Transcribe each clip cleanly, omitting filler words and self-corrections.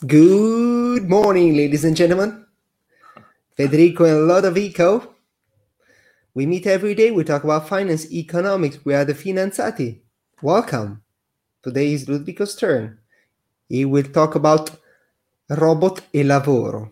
Good morning, ladies and gentlemen. Federico and Lodovico. We meet every day. We talk about finance, economics. We are the Finanziati. Welcome. Today is Ludovico's turn. He will talk about robot e lavoro.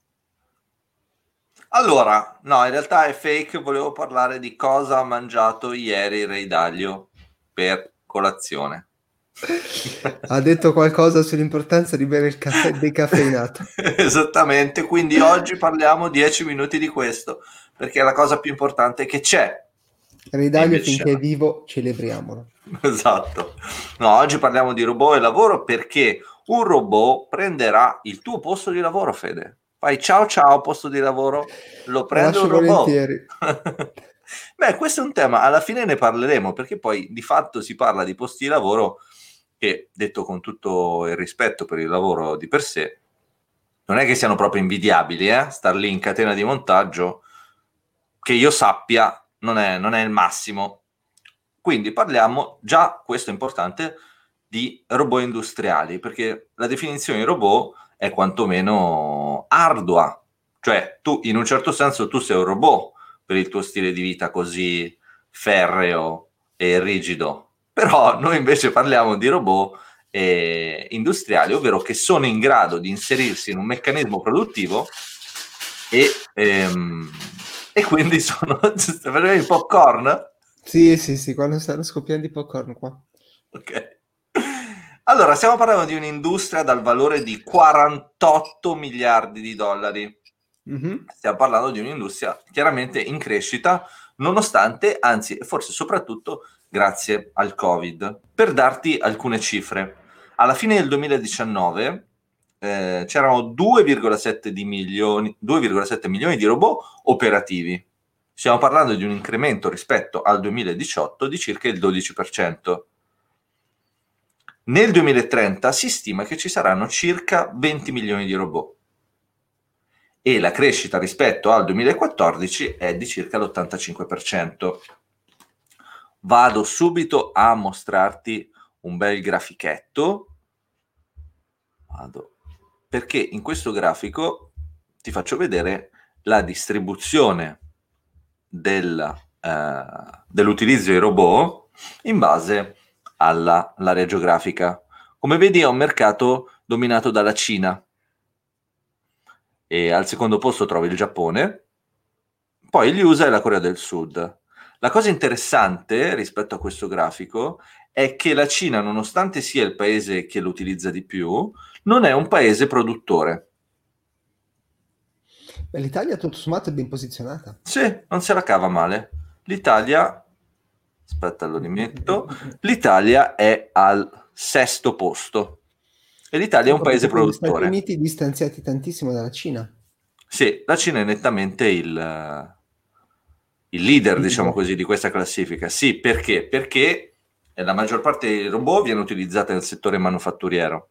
Allora, no, in realtà è fake. Volevo parlare di cosa ha mangiato ieri Ray Dalio per colazione. Ha detto qualcosa sull'importanza di bere il caffè decaffeinato. Esattamente, quindi oggi parliamo 10 minuti di questo, perché è la cosa più importante che c'è. Ridaglio finché è vivo, celebriamolo. Esatto. No, oggi parliamo di robot e lavoro perché un robot prenderà il tuo posto di lavoro, Fede. Fai ciao ciao posto di lavoro, lo prende un robot. Volentieri. Beh, questo è un tema, alla fine ne parleremo, perché poi di fatto si parla di posti di lavoro che, detto con tutto il rispetto per il lavoro di per sé, non è che siano proprio invidiabili, star lì in catena di montaggio, che io sappia, non è il massimo. Quindi parliamo, già questo è importante, di robot industriali, perché la definizione di robot è quantomeno ardua, cioè tu in un certo senso tu sei un robot per il tuo stile di vita così ferreo e rigido, però noi invece parliamo di robot industriali, ovvero che sono in grado di inserirsi in un meccanismo produttivo e quindi sono per il popcorn. Sì, quando stanno scoppiando i popcorn qua. Ok. Allora, stiamo parlando di un'industria dal valore di 48 miliardi di dollari. Mm-hmm. Stiamo parlando di un'industria chiaramente in crescita, nonostante, anzi, e forse soprattutto grazie al Covid. Per darti alcune cifre, alla fine del 2019 c'erano 2,7 milioni di robot operativi. Stiamo parlando di un incremento rispetto al 2018 di circa il 12%. Nel 2030 si stima che ci saranno circa 20 milioni di robot e la crescita rispetto al 2014 è di circa l'85%. Vado subito a mostrarti un bel grafichetto. Perché in questo grafico ti faccio vedere la distribuzione dell'utilizzo dei robot in base all'area geografica. Come vedi è un mercato dominato dalla Cina e al secondo posto trovi il Giappone, poi gli USA e la Corea del Sud. La cosa interessante rispetto a questo grafico è che la Cina, nonostante sia il paese che lo utilizza di più, non è un paese produttore. Beh, l'Italia tutto sommato è ben posizionata. Sì, non se la cava male. L'Italia, aspetta lo rimetto, l'Italia è al sesto posto e l'Italia è un paese Gli Stati produttore. Uniti distanziati tantissimo dalla Cina. Sì, la Cina è nettamente il leader, diciamo così, di questa classifica. Sì, perché? Perché la maggior parte dei robot viene utilizzata nel settore manifatturiero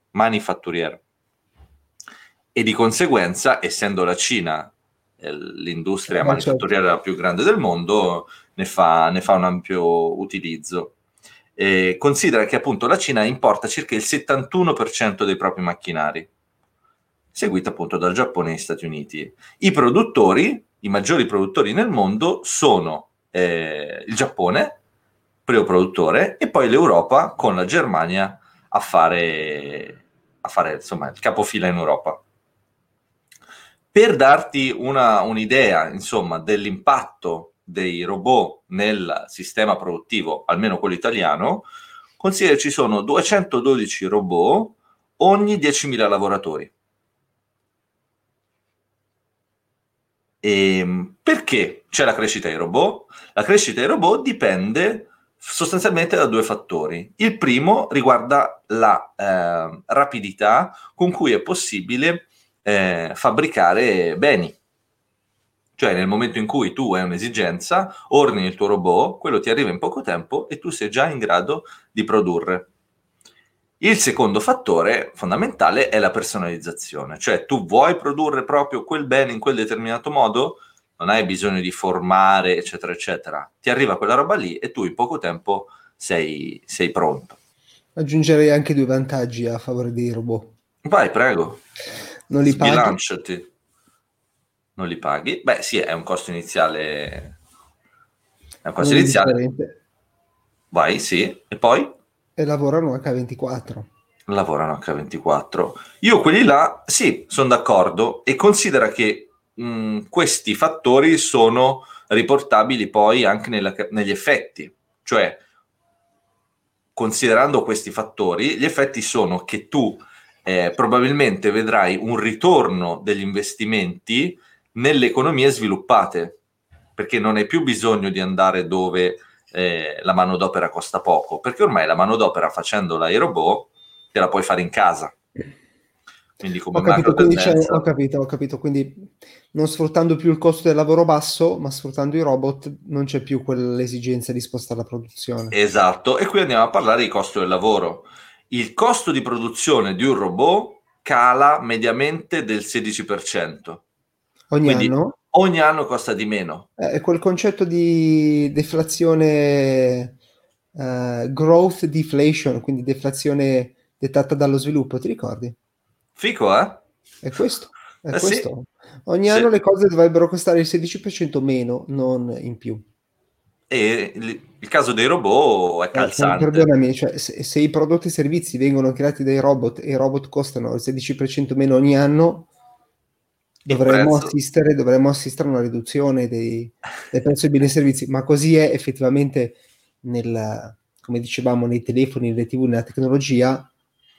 e di conseguenza, essendo la Cina l'industria manifatturiera più grande del mondo, ne fa un ampio utilizzo. Considera che appunto la Cina importa circa il 71% dei propri macchinari, seguita appunto dal Giappone e gli Stati Uniti. I maggiori produttori nel mondo sono il Giappone, primo produttore, e poi l'Europa con la Germania a fare insomma il capofila in Europa. Per darti un'idea, insomma, dell'impatto dei robot nel sistema produttivo, almeno quello italiano, considera che ci sono 212 robot ogni 10.000 lavoratori. Perché c'è la crescita dei robot? La crescita dei robot dipende sostanzialmente da due fattori. Il primo riguarda la rapidità con cui è possibile fabbricare beni. Cioè nel momento in cui tu hai un'esigenza, ordini il tuo robot, quello ti arriva in poco tempo e tu sei già in grado di produrre. Il secondo fattore fondamentale è la personalizzazione, cioè tu vuoi produrre proprio quel bene in quel determinato modo, non hai bisogno di formare, eccetera, eccetera. Ti arriva quella roba lì e tu in poco tempo sei pronto. Aggiungerei anche due vantaggi a favore dei robot. Vai, prego. Non li paghi? Sbilanciati. Non li paghi? Beh, sì, è un costo iniziale. È un costo Non iniziale. indifferente. Vai, sì. E poi? E lavorano H24. Lavorano H24. Io quelli là, sì, sono d'accordo e considera che questi fattori sono riportabili poi anche negli effetti, cioè considerando questi fattori, gli effetti sono che tu probabilmente vedrai un ritorno degli investimenti nelle economie sviluppate, perché non hai più bisogno di andare dove la manodopera costa poco, perché ormai la manodopera facendola ai robot te la puoi fare in casa. Quindi come Ho macro capito, quindi tendenza. ho capito, quindi non sfruttando più il costo del lavoro basso, ma sfruttando i robot, non c'è più quell'esigenza di spostare la produzione. Esatto, e qui andiamo a parlare di costo del lavoro. Il costo di produzione di un robot cala mediamente del 16%, Ogni quindi anno ogni anno costa di meno. è quel concetto di deflazione, growth deflation, quindi deflazione dettata dallo sviluppo, ti ricordi? Fico, eh? È questo, è Sì, questo. Ogni sì. anno le cose dovrebbero costare il 16% meno, non in più. E il caso dei robot è calzante. Perdonami, cioè, se i prodotti e i servizi vengono creati dai robot e i robot costano il 16% meno ogni anno, Il prezzo dovremmo assistere a una riduzione del prezzo dei beni e servizi, ma così è effettivamente come dicevamo, nei telefoni, nelle TV, nella tecnologia.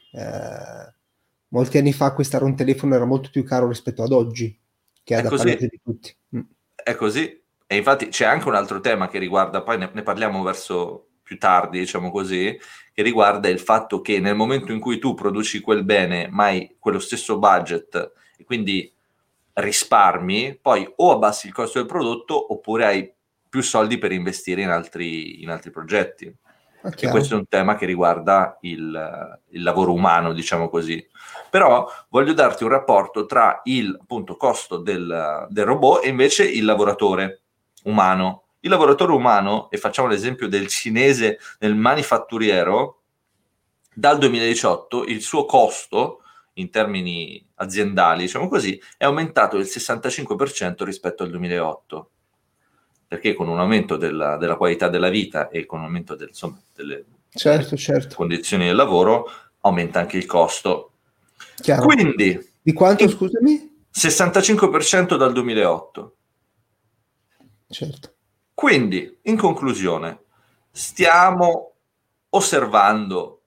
Molti anni fa acquistare un telefono era molto più caro rispetto ad oggi, che è è ad appannaggio così. di tutti. È così. E infatti c'è anche un altro tema che riguarda, poi ne parliamo verso più tardi, diciamo così, che riguarda il fatto che nel momento in cui tu produci quel bene, ma hai quello stesso budget e quindi risparmi, poi o abbassi il costo del prodotto oppure hai più soldi per investire in altri progetti. Ma E questo chiaro. è un tema che riguarda il lavoro umano, diciamo così. Però voglio darti un rapporto tra il appunto costo del robot e invece il lavoratore umano. Il lavoratore umano, e facciamo l'esempio del cinese nel manifatturiero, dal 2018 il suo costo in termini aziendali, diciamo così, è aumentato del 65% rispetto al 2008, perché con un aumento della qualità della vita e con un aumento delle Certo, certo. condizioni del lavoro aumenta anche il costo. Chiaro. Quindi, Di quanto, il scusami? 65% dal 2008. Certo. Quindi, in conclusione, stiamo osservando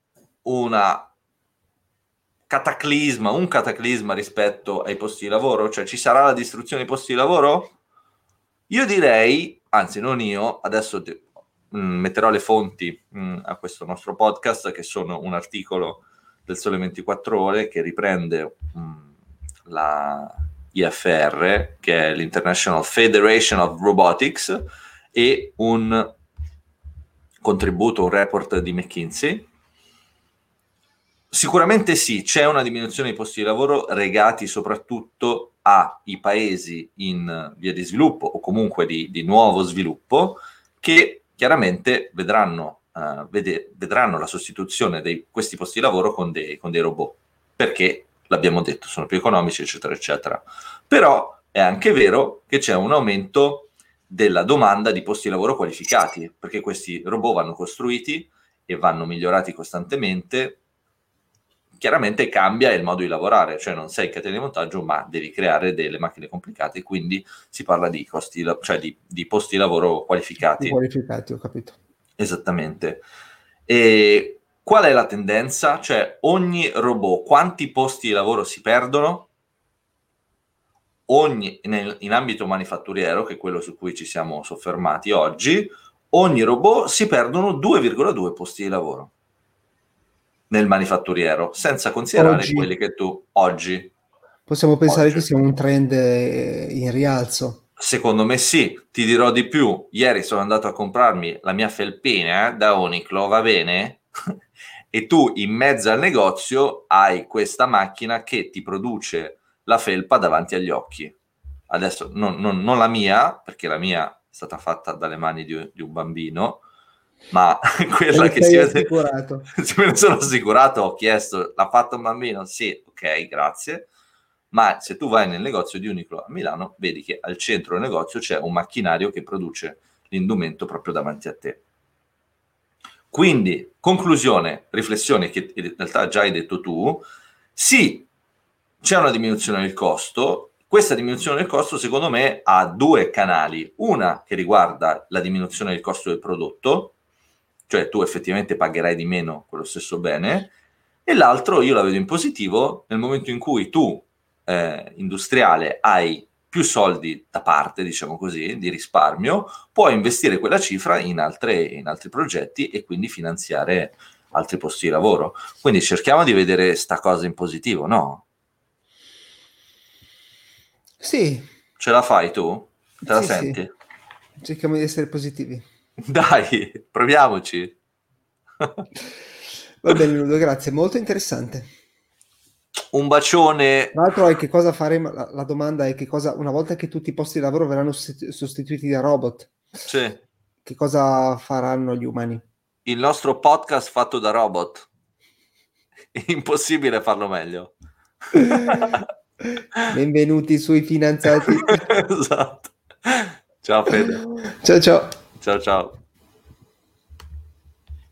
un cataclisma rispetto ai posti di lavoro? Cioè ci sarà la distruzione dei posti di lavoro? Io direi, anzi non io, adesso metterò le fonti a questo nostro podcast, che sono un articolo del Sole 24 Ore che riprende la IFR, che è l'International Federation of Robotics, e un contributo, un report di McKinsey. Sicuramente sì, c'è una diminuzione dei posti di lavoro legati soprattutto ai paesi in via di sviluppo o comunque di nuovo sviluppo, che chiaramente vedranno la sostituzione di questi posti di lavoro con dei robot, perché l'abbiamo detto, sono più economici, eccetera, eccetera. Però è anche vero che c'è un aumento della domanda di posti di lavoro qualificati, perché questi robot vanno costruiti e vanno migliorati costantemente. Chiaramente cambia il modo di lavorare, cioè non sei in catena di montaggio, ma devi creare delle macchine complicate, quindi si parla di costi, cioè di posti di lavoro Più qualificati. qualificati, ho capito. Esattamente. E qual è la tendenza? Cioè ogni robot, quanti posti di lavoro si perdono? In ambito manifatturiero, che è quello su cui ci siamo soffermati oggi, ogni robot si perdono 2,2 posti di lavoro nel manifatturiero, senza considerare Oggi quelli che tu oggi. possiamo pensare Oggi. che sia un trend in rialzo. Secondo me sì, ti dirò di più. Ieri sono andato a comprarmi la mia felpina da Uniqlo, va bene? E tu in mezzo al negozio hai questa macchina che ti produce la felpa davanti agli occhi. Adesso non la mia, perché la mia è stata fatta dalle mani di un bambino, ma quella che si vede... assicurato. Se me ne sono assicurato, ho chiesto, l'ha fatto un bambino? Sì, ok, grazie. Ma se tu vai nel negozio di Uniqlo a Milano, vedi che al centro del negozio c'è un macchinario che produce l'indumento proprio davanti a te. Quindi, conclusione, riflessione che in realtà già hai detto tu, sì, c'è una diminuzione del costo. Questa diminuzione del costo, secondo me, ha due canali. Una che riguarda la diminuzione del costo del prodotto, cioè tu effettivamente pagherai di meno quello stesso bene, e l'altro io la vedo in positivo nel momento in cui tu, industriale, hai più soldi da parte, diciamo così, di risparmio, puoi investire quella cifra in altri progetti e quindi finanziare altri posti di lavoro. Quindi cerchiamo di vedere sta cosa in positivo, no? Sì. Ce la fai tu? Te la Sì, senti? sì. Cerchiamo di essere positivi. Dai, proviamoci. Va bene, Ludo, grazie. Molto interessante. Un bacione. Tra l'altro è che cosa faremo, la domanda è che cosa, una volta che tutti i posti di lavoro verranno sostituiti da robot, Sì. che cosa faranno gli umani? Il nostro podcast fatto da robot. Impossibile farlo meglio. Benvenuti sui finanziati. Esatto. Ciao Fede. Ciao ciao. Ciao ciao.